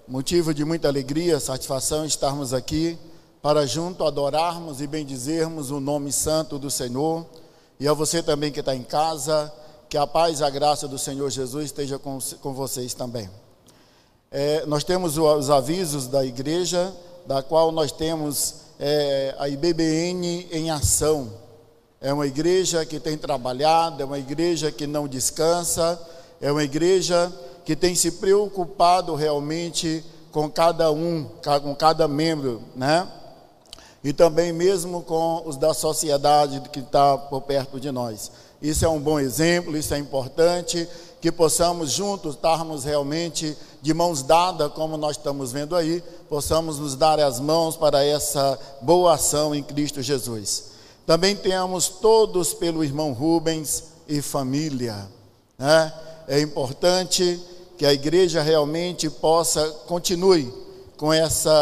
motivo de muita alegria, satisfação estarmos aqui para junto adorarmos e bendizermos o nome santo do Senhor. E a você também que está em casa, que a paz e a graça do Senhor Jesus esteja com vocês também. Nós temos os avisos da igreja, da qual nós temos a IBBN em ação. É uma igreja que tem trabalhado, é uma igreja que não descansa, é uma igreja que tem se preocupado realmente com cada membro, né? E também mesmo com os da sociedade que está por perto de nós. Isso é um bom exemplo, isso é importante, que possamos juntos estarmos realmente de mãos dadas, como nós estamos vendo aí, possamos nos dar as mãos para essa boa ação em Cristo Jesus. Também temos todos pelo irmão Rubens e família, né? É importante que a igreja realmente continue com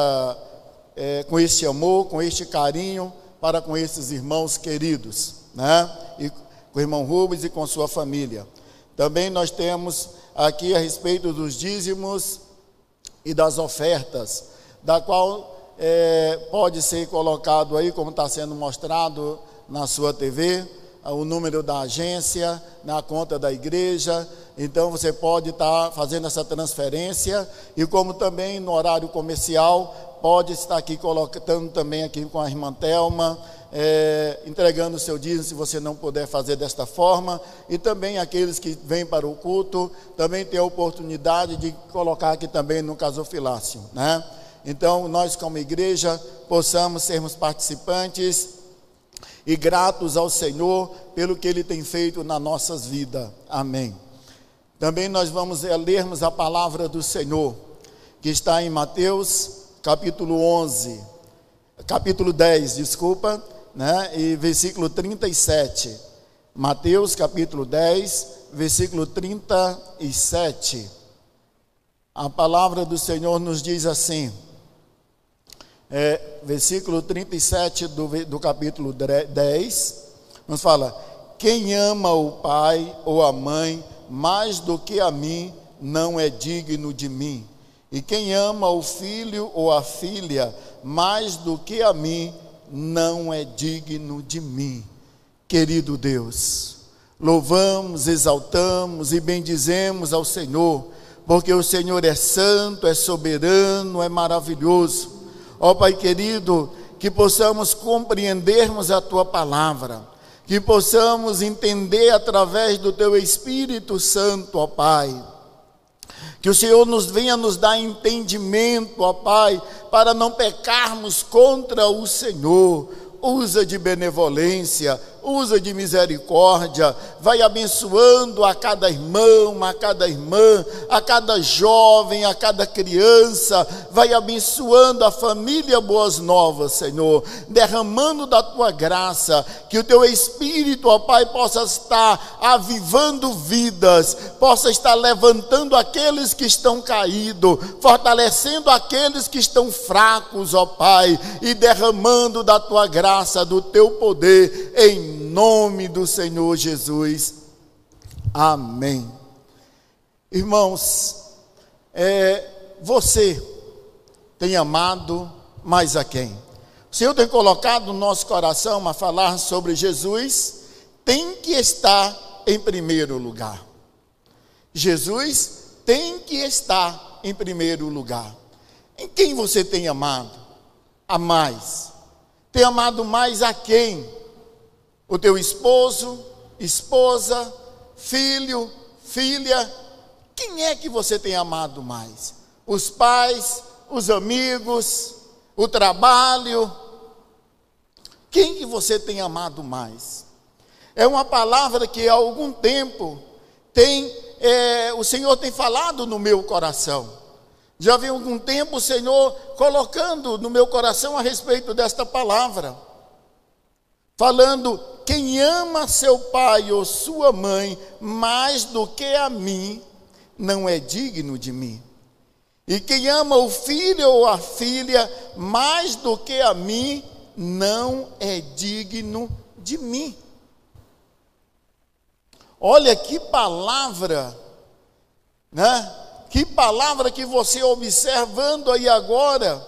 esse amor, com este carinho para com esses irmãos queridos, né? E com o irmão Rubens e com sua família. Também nós temos aqui a respeito dos dízimos e das ofertas, da qual pode ser colocado aí, como está sendo mostrado na sua TV, o número da agência, na conta da igreja. Então você pode estar fazendo essa transferência, e como também no horário comercial, pode estar aqui colocando também aqui com a irmã Thelma, entregando o seu dízimo, se você não puder fazer desta forma. E também aqueles que vêm para o culto, também tem a oportunidade de colocar aqui também no gasofilácio, né? Então nós como igreja possamos sermos participantes e gratos ao Senhor pelo que Ele tem feito nas nossas vidas. Amém. Também nós vamos lermos a palavra do Senhor, que está em Mateus capítulo 10, né? E versículo 37. Mateus capítulo 10, versículo 37. A palavra do Senhor nos diz assim, versículo 37 do capítulo 10, nos fala: quem ama o pai ou a mãe mais do que a mim, não é digno de mim. E quem ama o filho ou a filha mais do que a mim, não é digno de mim. Querido Deus, louvamos, exaltamos e bendizemos ao Senhor, porque o Senhor é santo, é soberano, é maravilhoso. Ó Pai querido, que possamos compreendermos a Tua palavra, que possamos entender através do Teu Espírito Santo, ó Pai. Que o Senhor venha nos dar entendimento, ó Pai, para não pecarmos contra o Senhor. Usa de benevolência, usa de misericórdia, vai abençoando a cada irmão, a cada irmã, a cada jovem, a cada criança, vai abençoando a família Boas Novas, Senhor, derramando da Tua graça, que o Teu Espírito, ó Pai, possa estar avivando vidas, possa estar levantando aqueles que estão caídos, fortalecendo aqueles que estão fracos, ó Pai, e derramando da Tua graça, do Teu poder, em nome do Senhor Jesus. Amém. Irmãos, você tem amado mais a quem? O Senhor tem colocado no nosso coração a falar sobre Jesus, tem que estar em primeiro lugar. Jesus tem que estar em primeiro lugar. Em quem você tem amado a mais? Tem amado mais a quem? O teu esposo, esposa, filho, filha? Quem é que você tem amado mais? Os pais, os amigos, o trabalho? Quem que você tem amado mais? É uma palavra que há algum tempo o Senhor tem falado no meu coração. Já havia algum tempo o Senhor colocando no meu coração a respeito desta palavra, falando: quem ama seu pai ou sua mãe mais do que a mim, não é digno de mim. E quem ama o filho ou a filha mais do que a mim, não é digno de mim. Olha que palavra, né? Que palavra que você observando aí agora,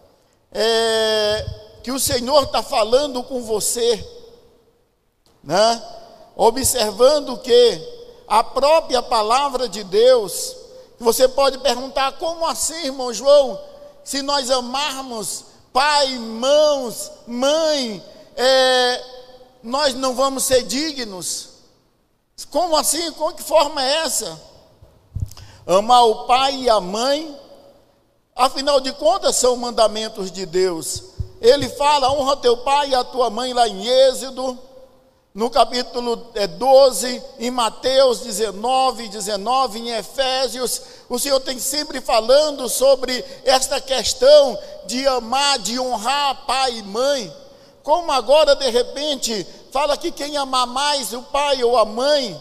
que o Senhor está falando com você, né? Observando que a própria palavra de Deus, você pode perguntar, como assim, irmão João? Se nós amarmos pai, irmãos, mãe, nós não vamos ser dignos? Como assim? Com que forma é essa? Amar o pai e a mãe, afinal de contas, são mandamentos de Deus. Ele fala, honra teu pai e a tua mãe, lá em Êxodo, no capítulo 12, em Mateus 19, em Efésios. O Senhor tem sempre falando sobre esta questão de amar, de honrar pai e mãe. Como agora, de repente, fala que quem amar mais o pai ou a mãe,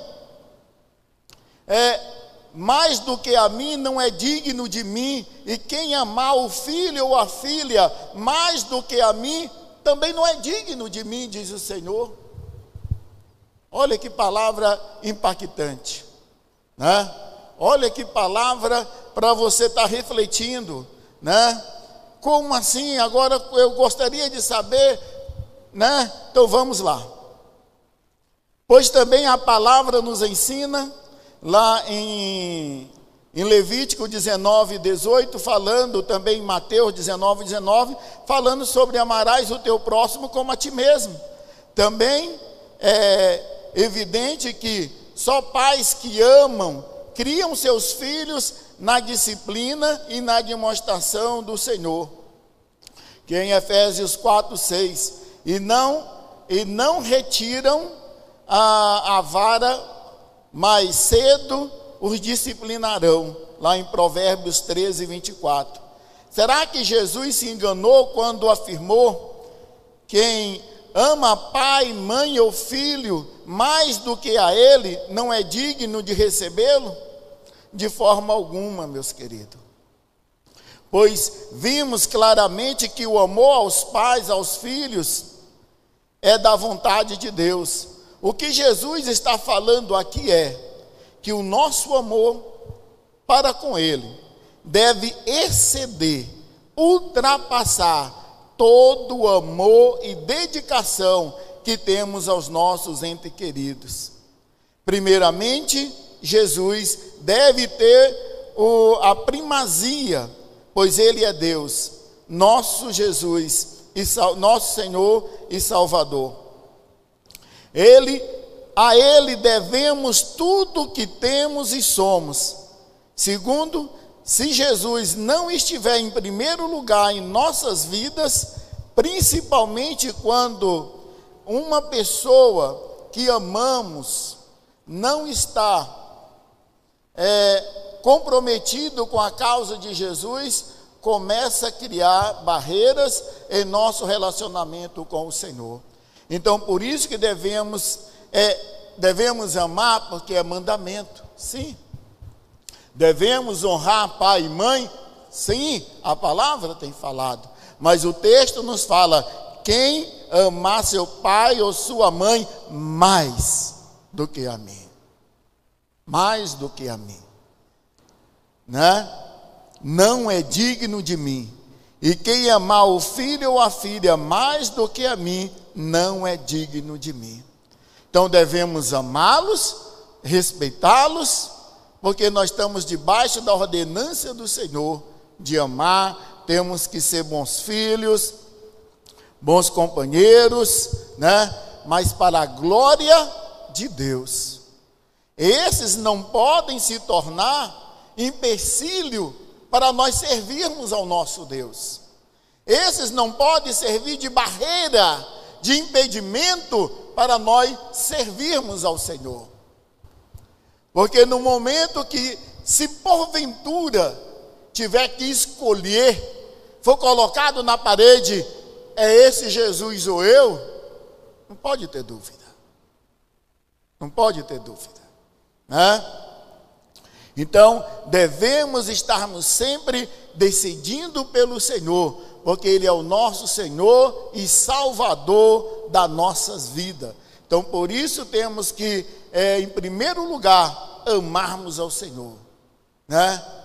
mais do que a mim não é digno de mim, e quem amar o filho ou a filha mais do que a mim, também não é digno de mim, diz o Senhor. Olha que palavra impactante, né? Olha que palavra para você estar refletindo, né? Como assim? Agora eu gostaria de saber, né? Então vamos lá. Pois também a palavra nos ensina, lá em Levítico 19, 18, falando também em Mateus 19, falando sobre amarás o teu próximo como a ti mesmo. Também é evidente que só pais que amam criam seus filhos na disciplina e na demonstração do Senhor. Que em Efésios 4, 6, e não retiram a vara, mais cedo os disciplinarão, lá em Provérbios 13, 24. Será que Jesus se enganou quando afirmou: quem ama pai, mãe ou filho mais do que a ele, não é digno de recebê-lo? De forma alguma, meus queridos. Pois vimos claramente que o amor aos pais, aos filhos, é da vontade de Deus. O que Jesus está falando aqui é que o nosso amor para com Ele deve exceder, ultrapassar todo o amor e dedicação que temos aos nossos entes queridos. Primeiramente, Jesus deve ter a primazia, pois Ele é Deus, nosso Jesus, nosso Senhor e Salvador. A Ele devemos tudo o que temos e somos. Segundo, se Jesus não estiver em primeiro lugar em nossas vidas, principalmente quando uma pessoa que amamos não está comprometido com a causa de Jesus, começa a criar barreiras em nosso relacionamento com o Senhor. Então, por isso que devemos amar, porque é mandamento, sim. Devemos honrar pai e mãe, sim, a palavra tem falado. Mas o texto nos fala: quem amar seu pai ou sua mãe mais do que a mim. Mais do que a mim, né? Não é digno de mim. E quem amar o filho ou a filha mais do que a mim, não é digno de mim. Então devemos amá-los, respeitá-los, porque nós estamos debaixo da ordenança do Senhor de amar. Temos que ser bons filhos, bons companheiros, né? Mas para a glória de Deus. Esses não podem se tornar empecilho para nós servirmos ao nosso Deus. Esses não podem servir de barreira, de impedimento para nós servirmos ao Senhor. Porque no momento que, se porventura tiver que escolher, for colocado na parede, é esse Jesus ou eu, não pode ter dúvida. Não pode ter dúvida, né? Então, devemos estarmos sempre decidindo pelo Senhor, porque Ele é o nosso Senhor e Salvador das nossas vidas. Então, por isso temos que, em primeiro lugar, amarmos ao Senhor, né?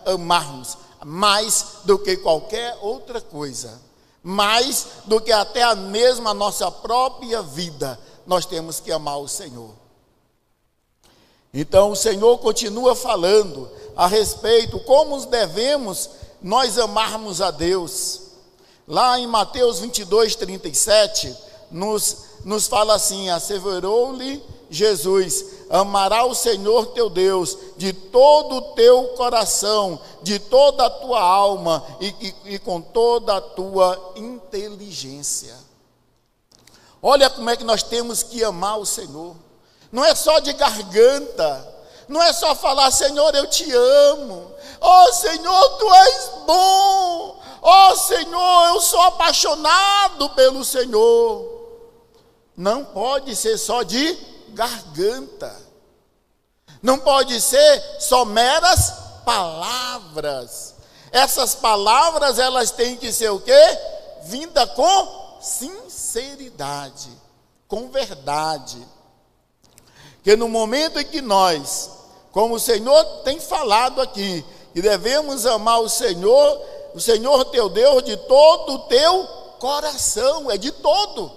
amarmos, mais do que qualquer outra coisa, mais do que até a mesma nossa própria vida, nós temos que amar o Senhor. Então o Senhor continua falando a respeito como devemos nós amarmos a Deus. Lá em Mateus 22, 37, nos fala assim: asseverou-lhe Jesus: amará o Senhor teu Deus de todo o teu coração, de toda a tua alma e com toda a tua inteligência. Olha como é que nós temos que amar o Senhor. Não é só de garganta, não é só falar: Senhor, eu te amo, oh Senhor, tu és bom, oh Senhor, eu sou apaixonado pelo Senhor. Não pode ser só de garganta, não pode ser só meras palavras. Essas palavras, elas têm que ser o quê? Vinda com sinceridade, com verdade. Que no momento em que nós, como o Senhor tem falado aqui, que devemos amar o Senhor teu Deus de todo o teu coração, é de todo,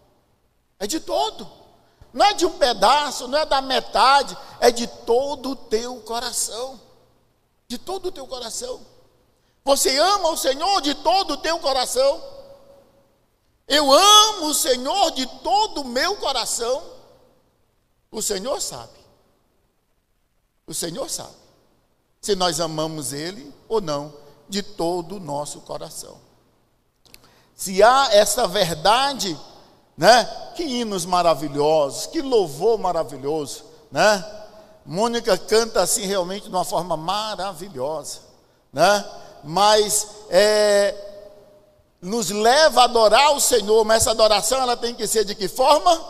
não é de um pedaço, não é da metade, é de todo o teu coração, de todo o teu coração. Você ama o Senhor de todo o teu coração? Eu amo o Senhor de todo o meu coração. O Senhor sabe se nós amamos Ele ou não, de todo o nosso coração. Se há essa verdade, né? Que hinos maravilhosos, que louvor maravilhoso, né? Mônica canta assim realmente de uma forma maravilhosa, né? Mas nos leva a adorar o Senhor, mas essa adoração ela tem que ser de que forma?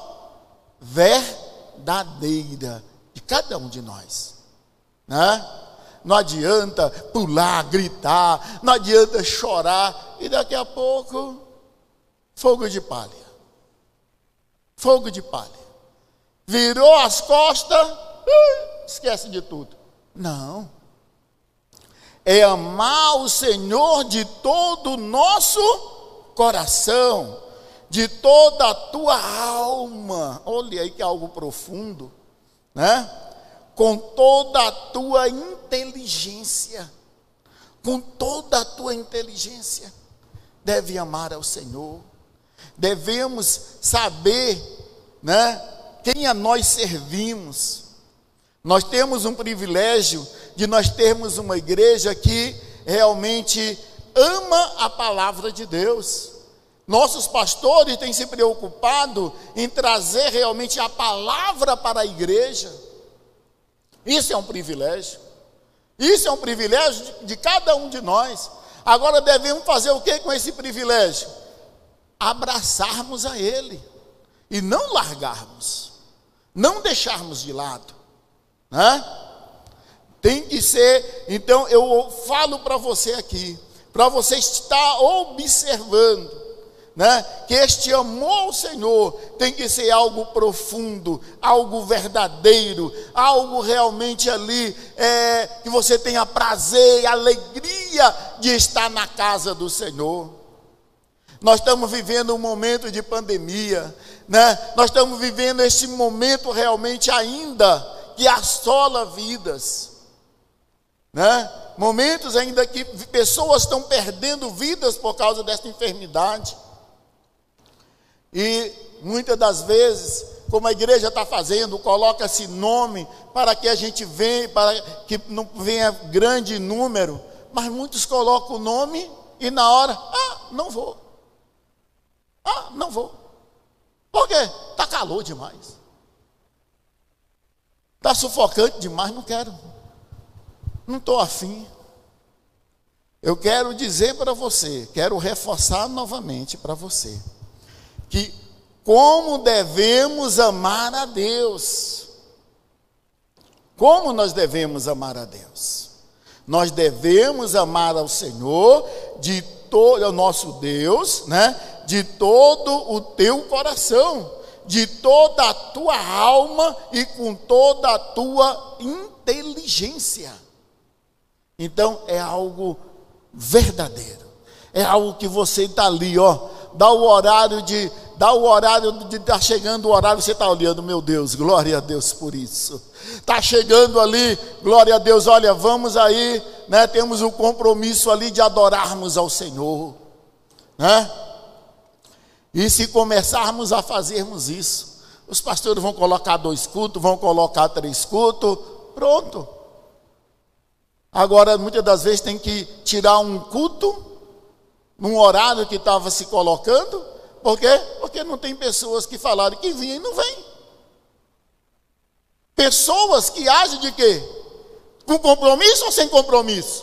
Verdadeira, de cada um de nós, né? Não adianta pular, gritar, não adianta chorar e daqui a pouco fogo de palha. Virou as costas, esquece de tudo. Não. É amar o Senhor de todo o nosso coração, de toda a tua alma. Olha aí que é algo profundo, né? Com toda a tua inteligência. Deve amar ao Senhor. Devemos saber, né, quem a nós servimos. Nós temos um privilégio de nós termos uma igreja que realmente ama a palavra de Deus. Nossos pastores têm se preocupado em trazer realmente a palavra para a igreja. Isso é um privilégio. Isso é um privilégio de cada um de nós. Agora devemos fazer o que com esse privilégio? Abraçarmos a Ele e não largarmos, não deixarmos de lado, né? Tem que ser. Então eu falo para você aqui, para você estar observando, né, que este amor ao Senhor tem que ser algo profundo, algo verdadeiro, algo realmente ali que você tenha prazer e alegria de estar na casa do Senhor. Nós estamos vivendo um momento de pandemia, né? Nós estamos vivendo este momento realmente ainda que assola vidas, né? Momentos ainda que pessoas estão perdendo vidas por causa desta enfermidade. E muitas das vezes, como a igreja está fazendo, coloca-se nome para que a gente venha, para que não venha grande número, mas muitos colocam o nome e na hora, não vou. Não vou. Por quê? Está calor demais. Está sufocante demais, não quero. Não estou afim. Eu quero dizer para você, quero reforçar novamente para você, que como devemos amar a Deus. Como nós devemos amar a Deus? Nós devemos amar ao Senhor de todo o nosso Deus, né? De todo o teu coração, de toda a tua alma e com toda a tua inteligência. Então é algo verdadeiro. É algo que você está ali, ó, dá o horário de estar chegando o horário, você está olhando, meu Deus, glória a Deus por isso. Está chegando ali, glória a Deus, olha, vamos aí, né? Temos o compromisso ali de adorarmos ao Senhor, né? E se começarmos a fazermos isso, os pastores vão colocar 2 cultos, vão colocar 3 cultos, pronto. Agora, muitas das vezes tem que tirar um culto num horário que estava se colocando. Por quê? Porque não tem pessoas que falaram que vinham e não vêm. Pessoas que agem de quê? Com compromisso ou sem compromisso?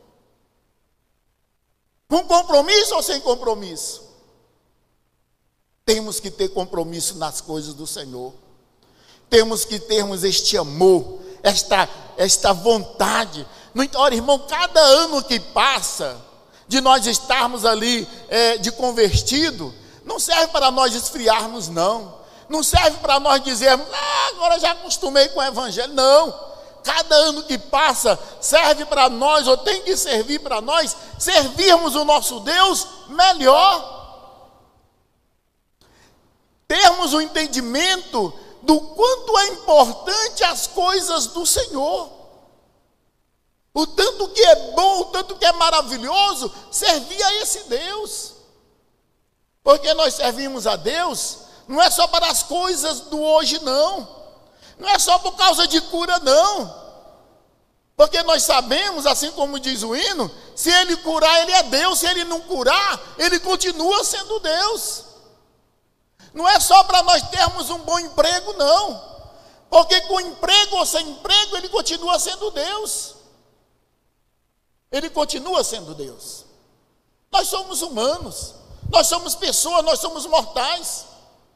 Com compromisso ou sem compromisso? Temos que ter compromisso nas coisas do Senhor. Temos que termos este amor, esta vontade. Olha, irmão, cada ano que passa, de nós estarmos ali de convertido, não serve para nós esfriarmos, não. Não serve para nós dizermos, agora já acostumei com o evangelho. Não. Cada ano que passa serve para nós, ou tem que servir para nós, servirmos o nosso Deus melhor. Termos o entendimento do quanto é importante as coisas do Senhor. O tanto que é bom, o tanto que é maravilhoso servir a esse Deus. Porque nós servimos a Deus, não é só para as coisas do hoje, não. Não é só por causa de cura, não. Porque nós sabemos, assim como diz o hino, se Ele curar, Ele é Deus. Se Ele não curar, Ele continua sendo Deus. Não é só para nós termos um bom emprego, não. Porque com emprego ou sem emprego, Ele continua sendo Deus. Ele continua sendo Deus. Nós somos humanos, nós somos pessoas, nós somos mortais.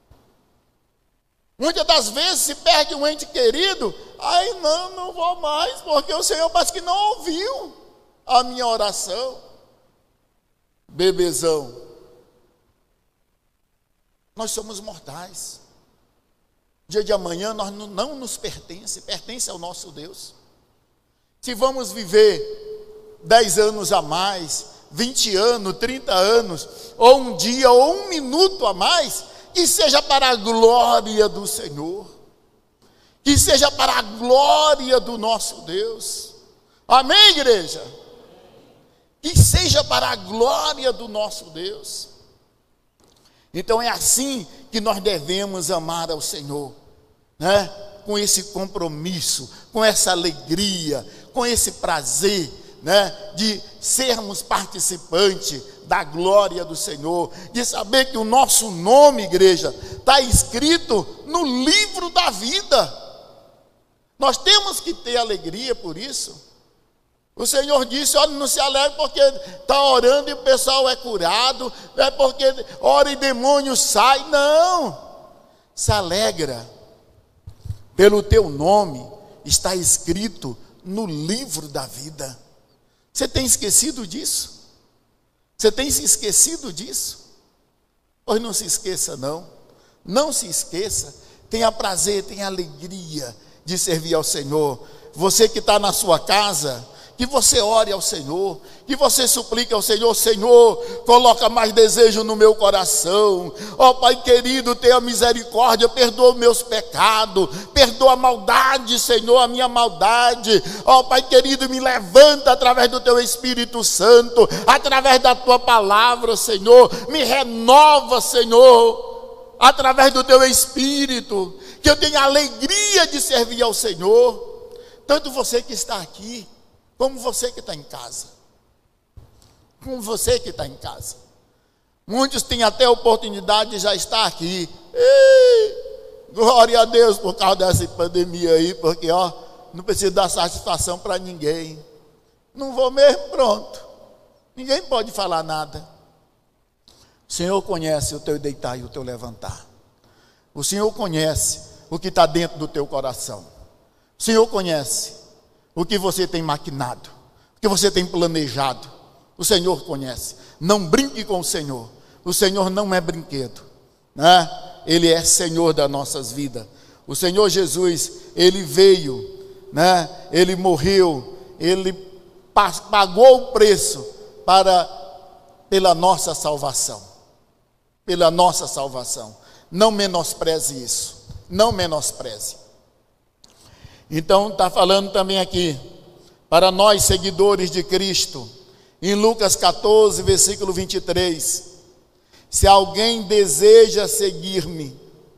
Muitas das vezes se perde um ente querido, não vou mais, porque o Senhor parece que não ouviu a minha oração. Bebezão. Nós somos mortais. O dia de amanhã nós não nos pertence ao nosso Deus. Se vamos viver 10 anos a mais, 20 anos, 30 anos, ou um dia, ou um minuto a mais, que seja para a glória do Senhor, que seja para a glória do nosso Deus. Amém, igreja? Que seja para a glória do nosso Deus. Então é assim que nós devemos amar ao Senhor, né? Com esse compromisso, com essa alegria, com esse prazer, né? De sermos participantes da glória do Senhor, de saber que o nosso nome, igreja, está escrito no livro da vida. Nós temos que ter alegria por isso. O Senhor disse, olha, não se alegre porque está orando e o pessoal é curado, é porque ora e demônio sai. Não, se alegra, pelo teu nome está escrito no livro da vida. Você tem esquecido disso? Você tem se esquecido disso? Pois não se esqueça, não. Não se esqueça. Tenha prazer, tenha alegria de servir ao Senhor. Você que está na sua casa, que você ore ao Senhor, que você suplique ao Senhor, Senhor, coloca mais desejo no meu coração. Ó Pai querido, tenha misericórdia, perdoa meus pecados, perdoa a maldade, Senhor, a minha maldade. Ó Pai querido, me levanta através do teu Espírito Santo, através da tua palavra, Senhor, me renova, Senhor, através do teu Espírito, que eu tenha alegria de servir ao Senhor. Tanto você que está aqui, como você que está em casa. Como você que está em casa. Muitos têm até a oportunidade de já estar aqui. Glória a Deus por causa dessa pandemia aí, porque não precisa dar satisfação para ninguém. Não vou mesmo, pronto. Ninguém pode falar nada. O Senhor conhece o teu deitar e o teu levantar. O Senhor conhece o que está dentro do teu coração. O Senhor conhece o que você tem maquinado, o que você tem planejado. O Senhor conhece. Não brinque com o Senhor. O Senhor não é brinquedo, né? Ele é Senhor das nossas vidas. O Senhor Jesus, Ele veio, né? Ele morreu, Ele pagou o preço pela nossa salvação. Pela nossa salvação. Não menospreze isso. Não menospreze. Então está falando também aqui, para nós seguidores de Cristo, em Lucas 14, versículo 23, se alguém deseja seguir-me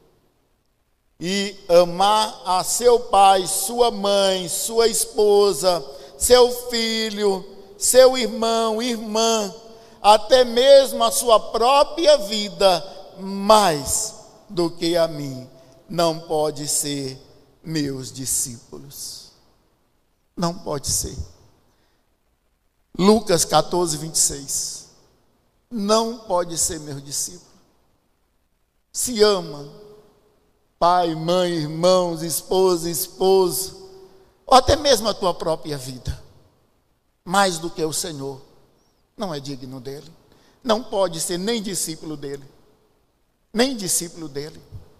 e amar a seu pai, sua mãe, sua esposa, seu filho, seu irmão, irmã, até mesmo a sua própria vida, mais do que a mim, não pode ser meus discípulos. Não pode ser. Lucas 14, 26. Não pode ser meu discípulo. Se ama, pai, mãe, irmãos, esposa, esposo, ou até mesmo a tua própria vida, mais do que o Senhor, não é digno dele. Não pode ser nem discípulo dele. Nem discípulo dele.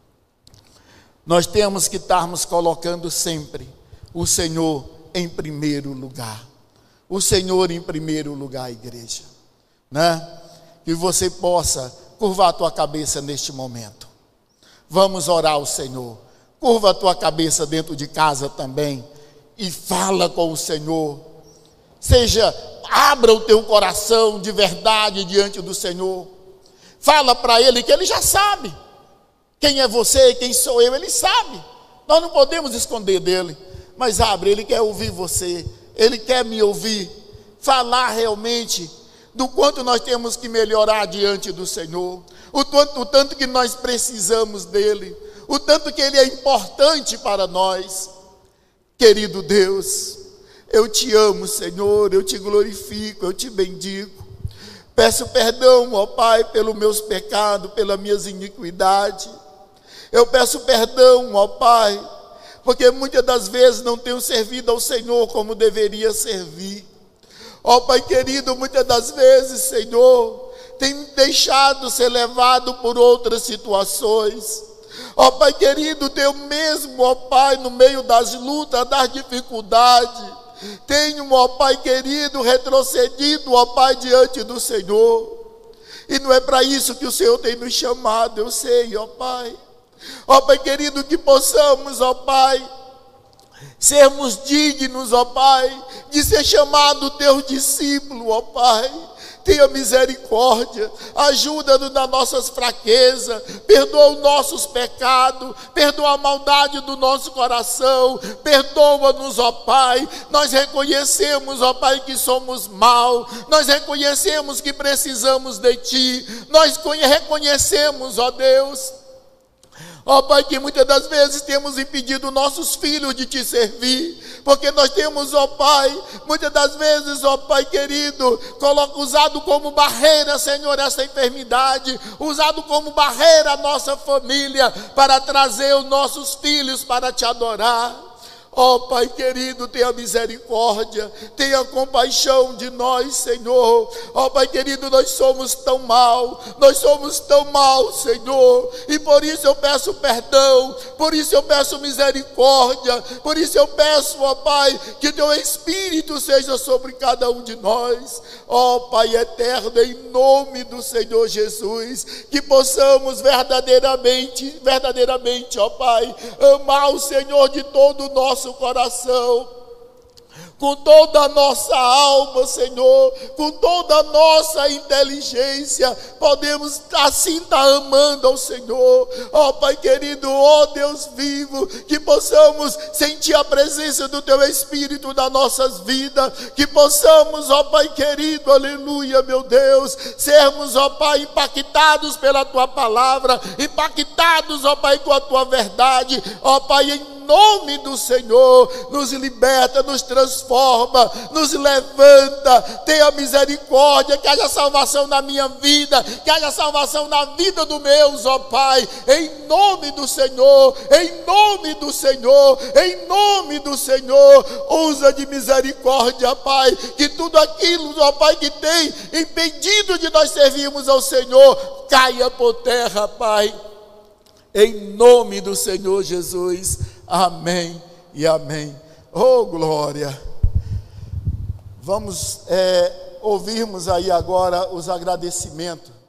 Nós temos que estarmos colocando sempre o Senhor em primeiro lugar. O Senhor em primeiro lugar, igreja. Né? Que você possa curvar a tua cabeça neste momento. Vamos orar ao Senhor. Curva a tua cabeça dentro de casa também e fala com o Senhor. Abra o teu coração de verdade diante do Senhor. Fala para Ele que Ele já sabe. Quem é você, quem sou eu, Ele sabe. Nós não podemos esconder dele. Mas abre, Ele quer ouvir você. Ele quer me ouvir. Falar realmente do quanto nós temos que melhorar diante do Senhor. O tanto que nós precisamos dEle. O tanto que Ele é importante para nós. Querido Deus, eu te amo, Senhor. Eu te glorifico, eu te bendigo. Peço perdão, ó Pai, pelos meus pecados, pelas minhas iniquidades. Eu peço perdão, ó Pai, porque muitas das vezes não tenho servido ao Senhor como deveria servir. Ó Pai querido, muitas das vezes, Senhor, tenho me deixado ser levado por outras situações. Ó Pai querido, tenho mesmo, ó Pai, no meio das lutas, das dificuldades, tenho, ó Pai querido, retrocedido, ó Pai, diante do Senhor. E não é para isso que o Senhor tem nos chamado, eu sei, ó Pai. Ó Pai querido, que possamos, ó Pai, sermos dignos, ó Pai, de ser chamado teu discípulo, ó Pai. Tenha misericórdia, ajuda-nos nas nossas fraquezas, perdoa os nossos pecados, perdoa a maldade do nosso coração, perdoa-nos, ó Pai. Nós reconhecemos, ó Pai, que somos maus, nós reconhecemos que precisamos de Ti, nós reconhecemos, ó Deus, ó Pai, que muitas das vezes temos impedido nossos filhos de Te servir, porque nós temos, ó Pai, muitas das vezes, ó Pai querido, usado como barreira, Senhor, essa enfermidade, usado como barreira a nossa família, para trazer os nossos filhos para Te adorar. Ó Pai querido, tenha misericórdia, tenha compaixão de nós, Senhor. Ó Pai querido, nós somos tão mal, Senhor, e por isso eu peço perdão, por isso eu peço misericórdia, por isso eu peço, ó Pai, que Teu Espírito seja sobre cada um de nós. Ó Pai eterno, em nome do Senhor Jesus, que possamos verdadeiramente, ó Pai, amar o Senhor de todo o nosso coração, com toda a nossa alma, Senhor, com toda a nossa inteligência, podemos assim estar amando ao Senhor. Ó Pai querido, ó Deus vivo, que possamos sentir a presença do Teu Espírito nas nossas vidas, que possamos, ó Pai querido, aleluia, meu Deus, sermos, ó Pai, impactados pela Tua palavra, impactados, ó Pai, com a Tua verdade. Ó Pai, em nome do Senhor, nos liberta, nos transforma, nos levanta. Tenha misericórdia, que haja salvação na minha vida, que haja salvação na vida dos meus, ó Pai, em nome do Senhor, em nome do Senhor, em nome do Senhor. Usa de misericórdia, Pai, que tudo aquilo, ó Pai, que tem impedido de nós servirmos ao Senhor, caia por terra, Pai, em nome do Senhor Jesus. Amém e amém. Oh, glória. Vamos ouvirmos aí agora os agradecimentos